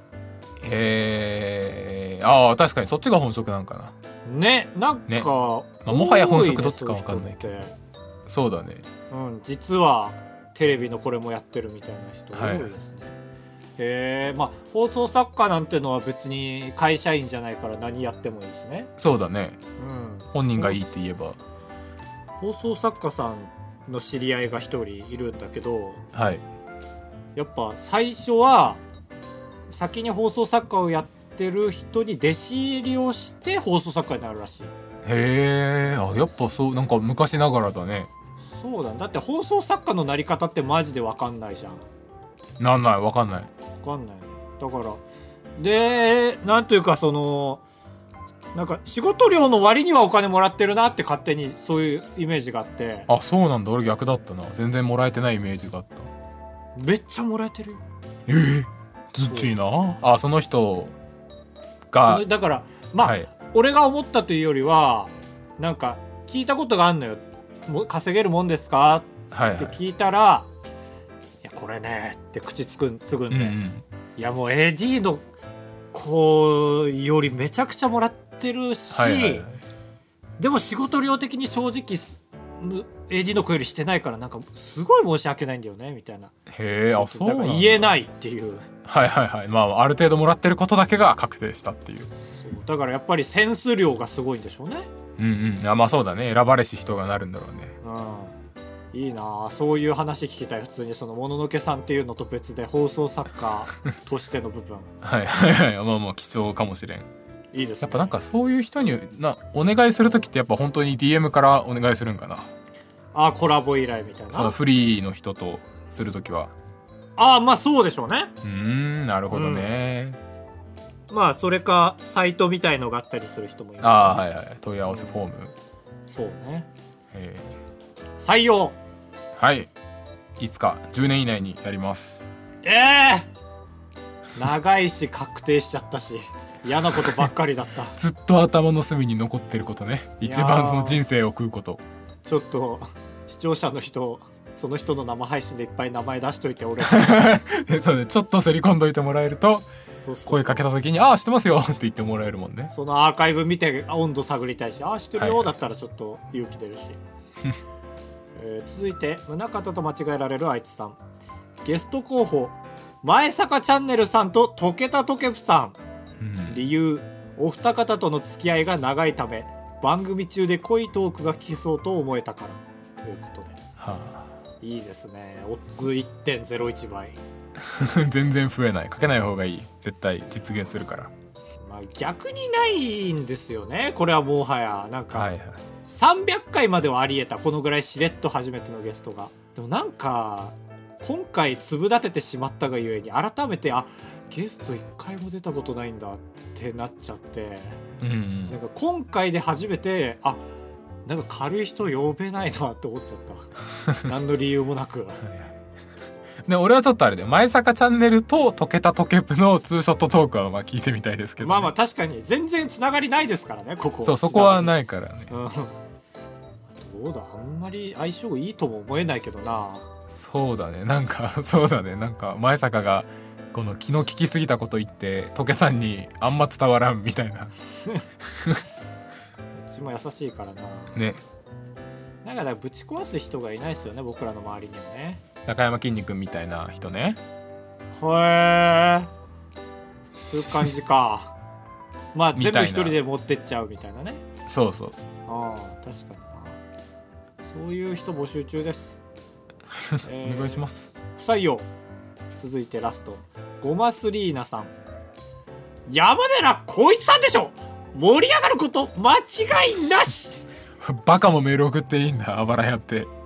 へえ、ああ確かにそっちが本職なんかな。 ね、なんか、ね、まあ、もはや本職どっちか分かんないけど。そうだね。 うん、実はテレビのこれもやってるみたいな人多いですね。はい、へえ、まあ放送作家なんてのは別に会社員じゃないから何やってもいいしね。 そうだね。 うん、 本人がいいって言えば。 放送作家さんの知り合いが一人いるんだけど、 はい。 やっぱ最初は先に放送作家をやっててる人に弟子入りをして放送作家になるらしい。 へえ、あ、やっぱそう、なんか昔ながらだね。 そうだ、だって放送作家のなり方ってマジで分かんないじゃん。 なんない、分かんない分かんない。だからで、なんというかそのなんか仕事量の割にはお金もらってるなって勝手にそういうイメージがあって。 あ、そうなんだ。俺逆だったな。全然もらえてないイメージがあった。 めっちゃもらえてるよ。 えー、ずっちいな。あ、その人がだからまあ、はい、俺が思ったというよりはなんか聞いたことがあるのよ。稼げるもんですか、はいはい、って聞いたら、いやこれねって口つくつぐんで、うんうん、いやもう エーディー の子よりめちゃくちゃもらってるし、はいはいはい、でも仕事量的に正直 エーディー の子よりしてないからなんかすごい申し訳ないんだよねみたいな。 へえ、あ、そうなんだ。 言えないっていう。 はいはいはい。まあある程度もらってることだけが確定したっていう。 だからやっぱりセンス量がすごいんでしょうね。 うんうん。あ、まあそうだね。選ばれし人がなるんだろうね。 うん。いいな、そういう話聞きたい。普通にそのもののけさんっていうのと別で放送作家としての部分はいはいはい。まあまあ貴重かもしれん。 いいですね。 やっぱなんかそういう人になお願いするときってやっぱ本当に ディーエム からお願いするんかな。 あ、コラボ依頼みたいな。 そのフリーの人とするときは。 ああ、まあそうでしょうね。 うーん、なるほどね、 うん、まあそれかサイトみたいのがあったりする人もいます、ね、 ああ、はいはい。問い合わせフォーム、うん、 そうね。 へ採用、 はい、いつかじゅうねん以内にやります。 ええー、長いし確定しちゃったし嫌なことばっかりだったずっと頭の隅に残ってることね。一番その人生を食うこと。 ちょっと視聴者の人、その人の生配信でいっぱい名前出しといて俺そうね、ちょっとすり込んどいてもらえると声かけた時にああ知ってますよって言ってもらえるもんね。 そのアーカイブ見て温度探りたいし、ああ知ってるよだったらちょっと勇気出るし、はいえー、続いて宗像と間違えられるあいつさん。ゲスト候補前坂チャンネルさんと溶けたとけぷさん、うん、理由お二方との付き合いが長いため番組中で濃いトークが聞けそうと思えたからということで、はあ、いいですね。オッズ いってんゼロいち 倍全然増えない。かけない方がいい。絶対実現するから。 まあ、逆にないんですよねこれは。もはやなんか、はいはい、さんびゃっかいまではありえた。このぐらいしれっと初めてのゲストが。でもなんか今回粒立ててしまったがゆえに改めてあゲストいっかいも出たことないんだってなっちゃって、うんうん、なんか今回で初めてあなんか軽い人呼べないなって思っちゃった何の理由もなくで俺はちょっとあれで前坂チャンネルと溶けたとけぷのツーショットトークはまあ聞いてみたいですけど、ね、 まあまあ確かに全然つながりないですからねここ。 そうそこはないからね、うん、 どうだあんまり相性いいとも思えないけどな。 そうだねなんかそうだねなんか前坂がこの気の利きすぎたこと言ってトケさんにあんま伝わらんみたいなうちも優しいからなね。 なんかだからぶち壊す人がいないですよね僕らの周りにはね。 中山きんに君みたいな人ね。 へえそういう感じかまあ全部一人で持ってっちゃうみたいなね。 そうそうそう。 ああ確かにな。そういう人募集中ですえー、お願いします。 不採用。続いてラストゴマスリーナさん。山寺宏一さんでしょ。盛り上がること間違いなしバカもメール送っていいんだあばらやって。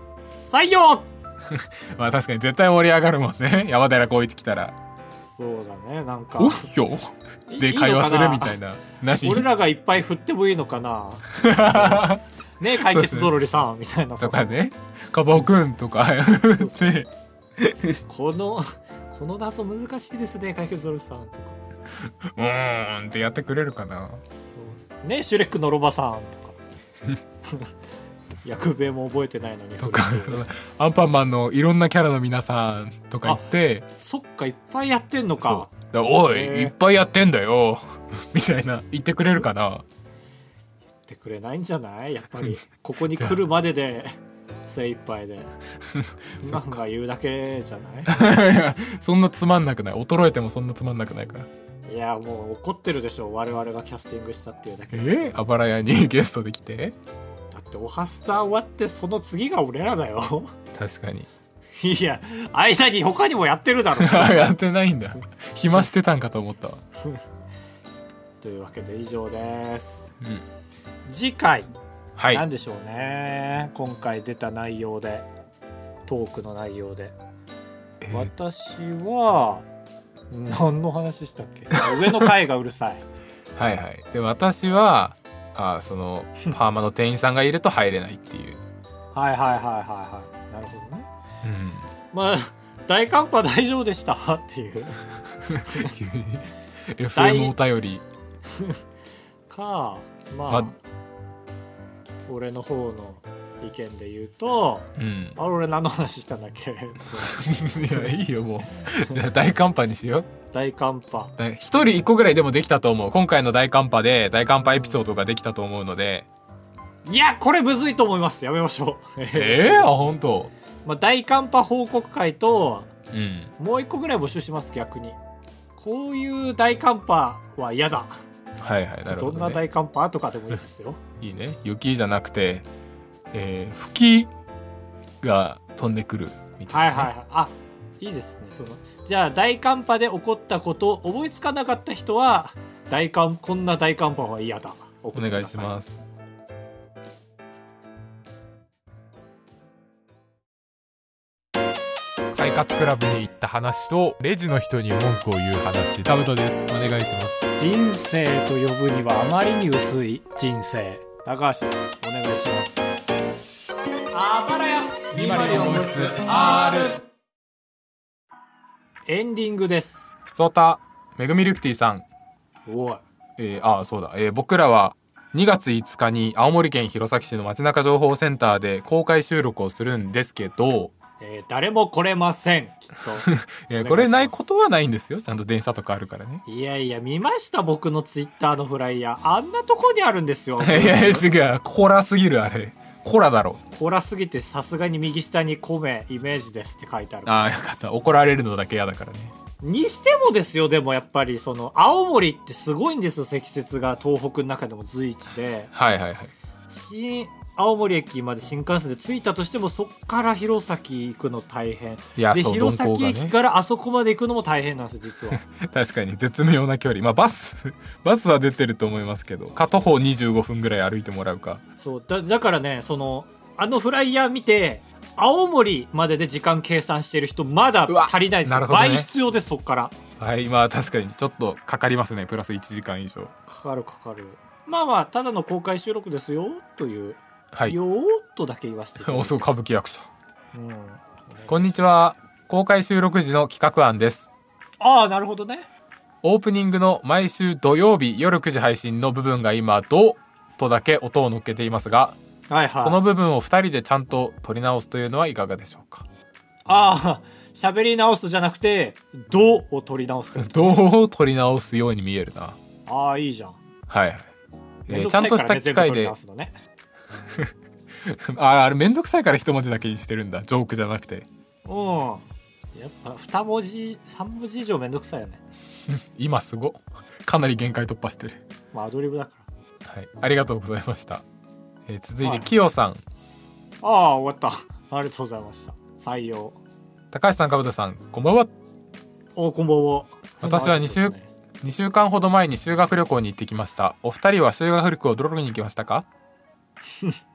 採用まあ確かに絶対盛り上がるもんね山寺宏一来たら。 そうだね、なんかおっひょで会話するみたいな。何俺らがいっぱい振ってもいいのかなねえ解決ゾロリさんみたいなとかね、カバオくんとかねこのこの謎難しいですね解決ゾロリさんとかうーんってやってくれるかな。 そうねえシュレックのロバさんとか役名も覚えてないのにとかアンパンマンのいろんなキャラの皆さんとか言って、 そっかいっぱいやってんのか。 そうおいいっぱいやってんだよみたいな言ってくれるかな。 言ってくれないんじゃないやっぱりここに来るまでで精一杯で今が言うだけじゃないいやそんなつまんなくない。衰えてもそんなつまんなくないから。 いやもう怒ってるでしょ我々がキャスティングしたっていうだけで。 えあばら屋にゲストで来て、 だってオハスター終わってその次が俺らだよ。 確かに。 いや間に他にもやってるだろやってないんだ。暇してたんかと思ったわというわけで以上です、 うん、 次回、 はい、 何でしょうね。今回出た内容でトークの内容で、えー、私は何の話したっけ上の階がうるさいはいはい。で私はあそのパーマの店員さんがいると入れないっていうはいはいはいはいはいなるほどね、 うん、 まあ大寒波大丈夫でしたっていう急に エフエム お便りかまあ、ま、俺の方の意見で言うと、うん、あれ俺何の話したんだっけいやいいよもうじゃあ大寒波にしよう。 大寒波一人一個ぐらいでもできたと思う。今回の大寒波で大寒波エピソードができたと思うので、 いやこれむずいと思います。やめましょうえー、あ本当。 まあ大寒波報告会と、 うん、 もう一個ぐらい募集します。逆にこういう大寒波は嫌だ。 はいはいなるほど、ね、 どんな大寒波とかでもいいですよいいね。雪じゃなくて、えー、吹きが飛んでくるみたいな、ね、 はいはいはい。あいいですね。そのじゃあ大寒波で起こったこと思いつかなかった人は大寒こんな大寒波は嫌だお願いします。快活クラブに行った話とレジの人に文句を言う話、タブトです。お願いします。 人生と呼ぶにはあまりに薄い人生、高橋です。お願いします。あばらやにまるよん号室 アール。 エンディングです。 ふつおためぐみルクティさん。 おい、 えー、あそうだ、えー、僕らはにがついつかに青森県弘前市の街中情報センターで公開収録をするんですけど、 えー、誰も来れませんきっといやこれないことはないんですよ。ちゃんと電車とかあるからね。 いやいや見ました僕のツイッターのフライヤー、あんなとこにあるんですよ。 いや違う、コラすぎる。あれコラだろ。 コラすぎてさすがに右下に米イメージですって書いてある。 ああよかった。怒られるのだけ嫌だからね。 にしてもですよ。でもやっぱりその青森ってすごいんですよ。積雪が東北の中でも随一で、 はいはいはい。 新青森駅まで新幹線で着いたとしてもそっから弘前行くの大変。 いやでそう弘前鈍行がね駅からあそこまで行くのも大変なんですよ実は。 確かに絶妙な距離。まあバスバスは出てると思いますけど、片方にじゅうごふんぐらい歩いてもらうか。 そうだ、だからね、そのあのフライヤー見て青森までで時間計算してる人まだ足りないですよ、ね、倍必要です。そっからはいまあ確かにちょっとかかりますね。プラスいちじかん以上かかるかかる。まあまあただの公開収録ですよという、 はい、 よーっとだけ言わせていただきます。 おそう歌舞伎役者、 うん、 こんにちは。公開収録時の企画案です。 ああなるほどね。 オープニングの毎週土曜日夜くじ配信の部分が今ドとだけ音を乗っけていますが、 はいはい、 その部分をふたりでちゃんと撮り直すというのはいかがでしょうか。 ああ喋り直すじゃなくてドを撮り直す。 ドを撮り直すように見えるな。 ああいいじゃん。 はい、えー、ちゃんとした機械で、 ね、 ああれめんどくさいから一文字だけにしてるんだ。ジョークじゃなくて。 うんやっぱに文字さん文字以上めんどくさいよね。 今すごかなり限界突破してる。 まあアドリブだから。はいありがとうございました。えー、続いてキヨさん、はい、 ああ終わった。ありがとうございました。採用。 高橋さん、かぶとさん、こんばんは。 おこんばんは。 私は2週、ね、にしゅうかんほど前に修学旅行に行ってきました。お二人は修学旅行どこに行きましたか？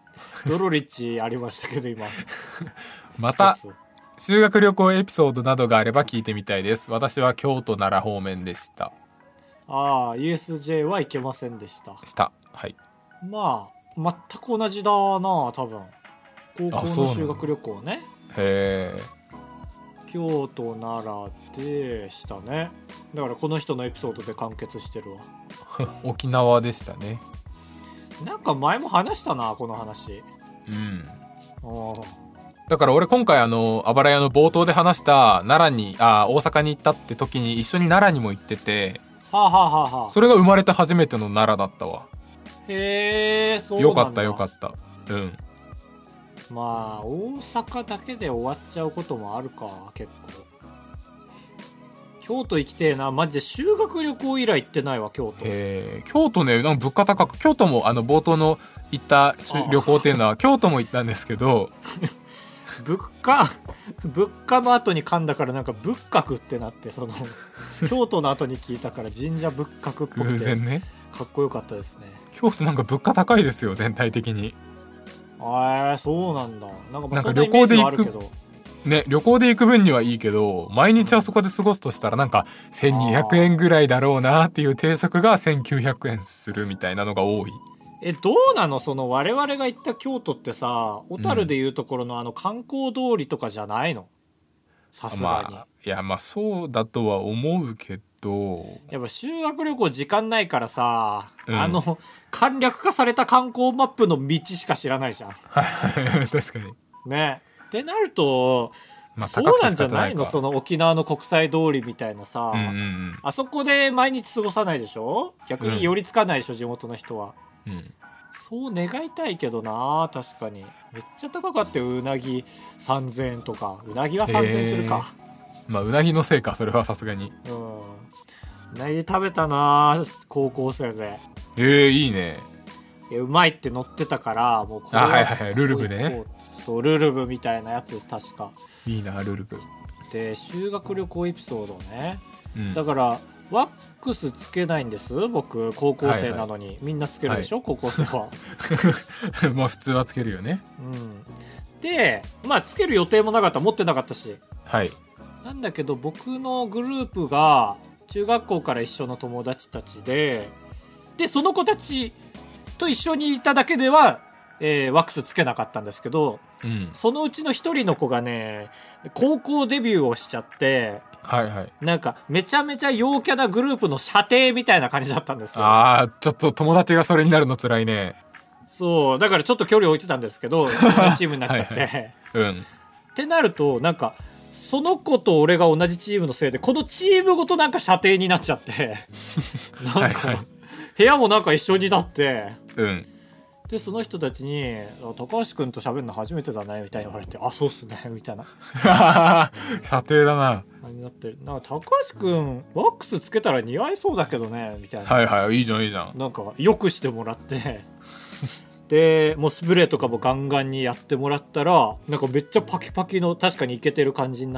ドロリッチありましたけど今また修学旅行エピソードなどがあれば聞いてみたいです。私は京都奈良方面でした。 ああ ユーエスジェー はいけませんでしたしたはいまあ全く同じだな多分高校の修学旅行ね。 へえ京都奈良でしたね。だからこの人のエピソードで完結してるわ沖縄でしたね。 なんか前も話したなこの話。 うんあだから俺今回あのあばら屋の冒頭で話した奈良にあ大阪に行ったって時に一緒に奈良にも行ってて、 はあ、はあはあはあ、 それが生まれて初めての奈良だったわ。 へえそうなんだ。 よかったよかったうんまあ大阪だけで終わっちゃうこともあるか結構。京都行きてえなマジで修学旅行以来行ってないわ京都。 へえ京都ねなんか物価高く京都もあの冒頭の行った旅行っていうのは京都も行ったんですけど物価物価の後に噛んだからなんか仏閣ってなってその京都の後に聞いたから神社仏閣っぽくて偶然ねかっこよかったですね。 京都なんか物価高いですよ全体的に。 あーそうなんだ。なんかまあなんかそんなイメージはあるけ旅行どね旅行で行く分にはいいけど毎日あそこで過ごすとしたらなんかせんにひゃくえんぐらいだろうなっていう定食がせんきゅうひゃくえんするみたいなのが多い。 えどうなのその我々が行った京都ってさ小樽でいうところのあの観光通りとかじゃないのさすがに。 まあいやまあそうだとは思うけどやっぱ修学旅行時間ないからさ、 うん、 あの簡略化された観光マップの道しか知らないじゃんはい確かにね。ってなると、 まあ、 そう高くてなんじゃな仕方ないいかのその沖縄の国際通りみたいなさ、 うんうんうんあそこで毎日過ごさないでしょ逆に寄りつかないでしょ、地元の人は。 うんそう願いたいけどな確かにめっちゃ高かったよ。うなぎさんぜんえんとか。うなぎはさんぜんえんするか。 まあうなぎのせいかそれはさすがに。 うんうなぎ食べたな高校生で。 えー、いいね。 いやうまいって乗ってたからもうこれあはいはいはいルルブね。 そうルルブみたいなやつです確か。 いいなルルブで修学旅行エピソードね、 うん、 だからワックスつけないんです僕高校生なのに、はいはい、みんなつけるでしょ、はい、高校生はまあ普通はつけるよね、 うん、でまあつける予定もなかった持ってなかったし、 はい、 なんだけど僕のグループが中学校から一緒の友達たちででその子たちと一緒にいただけでは、えー、ワックスつけなかったんですけど、うん、そのうちの一人の子がね高校デビューをしちゃってはいはい、 なんかめちゃめちゃ陽キャなグループの射程みたいな感じだったんですよ。 ああちょっと友達がそれになるの辛いね。 そうだからちょっと距離置いてたんですけどチームになっちゃってはい、はいうん、ってなるとなんかその子と俺が同じチームのせいでこのチームごとなんか射程になっちゃってなんか、はいはい、部屋もなんか一緒になってうんでその人たちに高橋くんと喋るの初めてだねみたいに言われてあそうっすねみたいな射程だな感じになってる。なんか高橋くんワックスつけたら似合いそうだけどねみたいな。 はいはいいいじゃんいいじゃん。 なんかよくしてもらってでもうスプレーとかもガンガンにやってもらったらなんかめっちゃパキパキの確かにイケてる感じになって、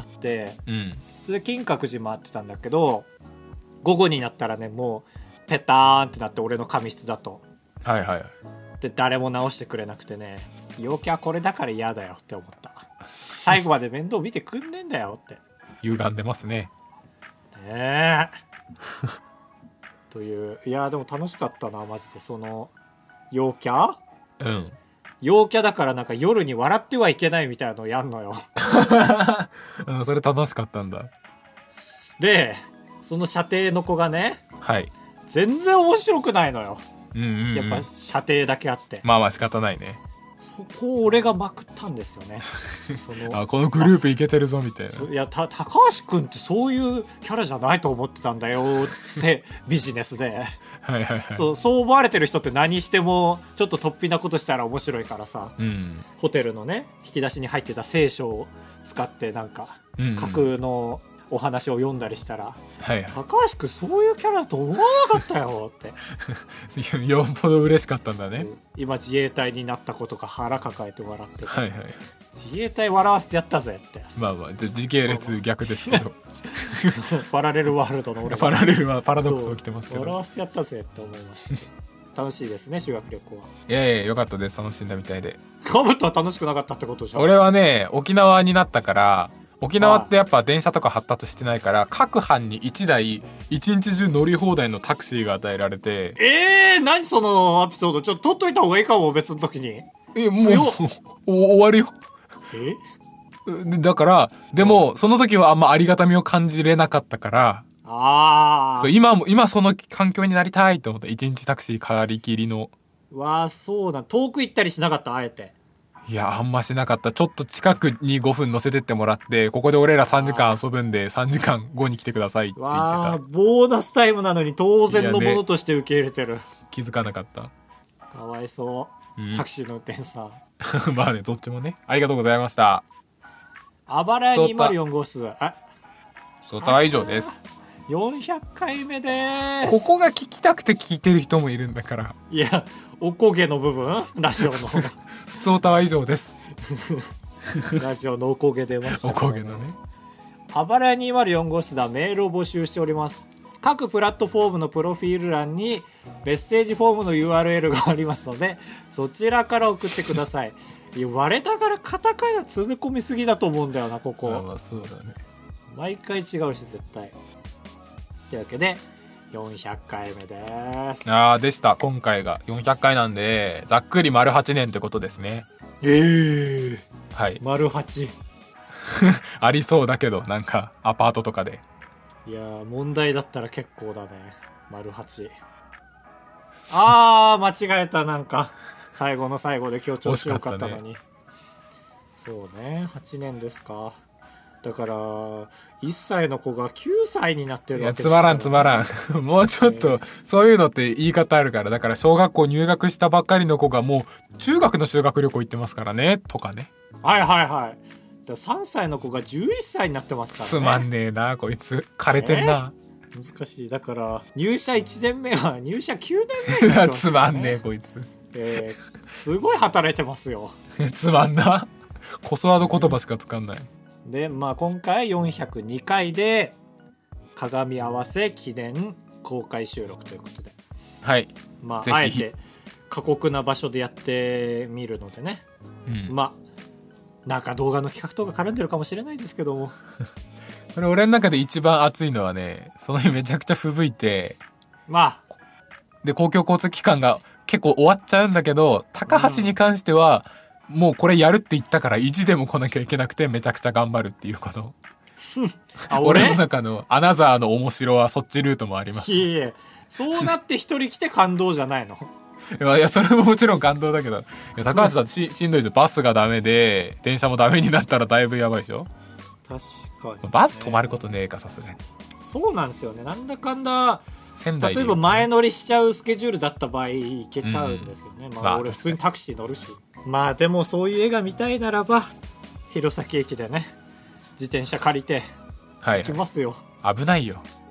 うん、それで金閣寺回ってたんだけど午後になったらねもうペターンってなって俺の髪質だとはいはいで誰も直してくれなくてね陽キャこれだから嫌だよって思った。最後まで面倒見てくんねえんだよって歪んでますねねえといういやでも楽しかったなマジでその陽キャうん陽キャだからなんか夜に笑ってはいけないみたいなのをやんのようんそれ楽しかったんだ。 でその射程の子がねはい全然面白くないのよ。 うんうんうん、 やっぱ射程だけあってまあまあ仕方ないね。 そこを俺がまくったんですよねそのあこのグループいけてるぞみたいな。 いやた高橋くんってそういうキャラじゃないと思ってたんだよせビジネスではいはい、はい、 そうそう思われてる人って何してもちょっと突飛なことしたら面白いからさ、うん、ホテルのね引き出しに入ってた聖書を使ってなんか、うんうん、架空のお話を読んだりしたら、はいはい、高橋くんそういうキャラだと思わなかったよってよっぽど嬉しかったんだね。 今自衛隊になったことか腹抱えて笑ってて、 はいはい、 自衛隊笑わせてやったぜって。 まあまあ時系列逆ですけどパラレルワールドの俺パラレルはパラドックス起きてますけど笑わせてやったぜって思いました楽しいですね修学旅行は。 いやいやよかったです。楽しんだみたいで。 カブトは楽しくなかったってことじゃん。 俺はね沖縄になったから沖縄ってやっぱ電車とか発達してないから各班にいちだい一日中乗り放題のタクシーが与えられて。 えー、何そのエピソードちょっと取っといた方がいいかも別の時に。 えもうお終わるよ。 えだからでもその時はあんまありがたみを感じれなかったからああそう今も今その環境になりたいと思った。一日タクシー借り切りの。 わあそうだ遠く行ったりしなかったあえて。 いやあんましなかった。ちょっと近くにごふん乗せてってもらってここで俺らさんじかん遊ぶんでさんじかんごに来てくださいって言ってわあた。 ボーナスタイムなのに当然のものとして受け入れてる。 気づかなかった。 かわいそう、 うんタクシーの運転手さん。 まあねどっちもねありがとうございました。 あばらやにまるよん号室あそたは以上です。 よんひゃっかいめでーす。 ここが聞きたくて聞いてる人もいるんだから。 いやおこげの部分ラジオの普通おたは以上です。 ラジオのおこげ出ました、 おこげのね。 あばらやにまるよん号室ではメールを募集しております。各プラットフォームのプロフィール欄にメッセージフォームの ユーアールエル がありますのでそちらから送ってください。いや我ながらカタカナ詰め込みすぎだと思うんだよなここ。 まあまあそうだね。 毎回違うし絶対。というわけでよんひゃっかいめです。 ああでした。今回がよんひゃっかいなんでざっくり丸はちねんってことですね。 えー、 はい丸はち。 ありそうだけどなんかアパートとかで。 いやー問題だったら結構だね丸はち。あー間違えた。なんか最後の最後で強調しよかったのに、ね、そうねはちねんですか。だからいっさいの子がきゅうさいになってるわけですから、ね、 いやつまらんつまらんもうちょっと、そういうのって言い方あるから。だから小学校入学したばっかりの子がもう中学の修学旅行行ってますからねとかね。 はいはいはい。ださんさいの子がじゅういっさいになってますからね。 つまんねえなこいつ枯れてんな、 えー、難しい。だから入社いちねんめは入社きゅうねんめになってますつからねまんねえこいつ、 えー、すごい働いてますよつまんなコソワード言葉しか使んない。 でまあ今回よんひゃくにかいで鏡合わせ記念公開収録ということで、 はいまぜひああえて過酷な場所でやってみるのでね、 うん、 まあなんか動画の企画とか絡んでるかもしれないですけどもこれ俺の中で一番熱いのはねその日めちゃくちゃ吹雪いてまあで公共交通機関が結構終わっちゃうんだけど高橋に関しては、うん、もうこれやるって言ったから意地でも来なきゃいけなくてめちゃくちゃ頑張るっていうことあ俺俺の中のアナザーの面白はそっちルートもあります。 いえいえそうなって一人来て感動じゃないのいやいやそれももちろん感動だけどいや高橋だって し, しんどいでしょ。バスがダメで電車もダメになったらだいぶやばいでしょ。 確かに、ね、 バス止まることねえかさすがに。 そうなんですよね。なんだかんだ仙台で例えば前乗りしちゃうスケジュールだった場合行けちゃうんですよね、うん、まあ、 まあ俺普通にタクシー乗るしまあでもそういう絵が見たいならば弘前駅でね自転車借りてはい、 行きますよ、 はい、危ないよ。